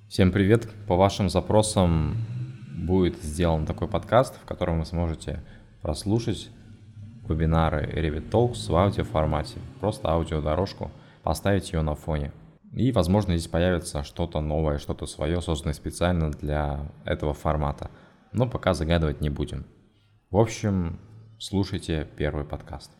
Всем привет! По вашим запросам будет сделан такой подкаст, в котором вы сможете прослушать вебинары Revit Talks в аудиоформате. Просто аудиодорожку, поставить ее на фоне. И, возможно, здесь появится что-то новое, что-то свое, созданное специально для этого формата. Но пока загадывать не будем. В общем, слушайте первый подкаст.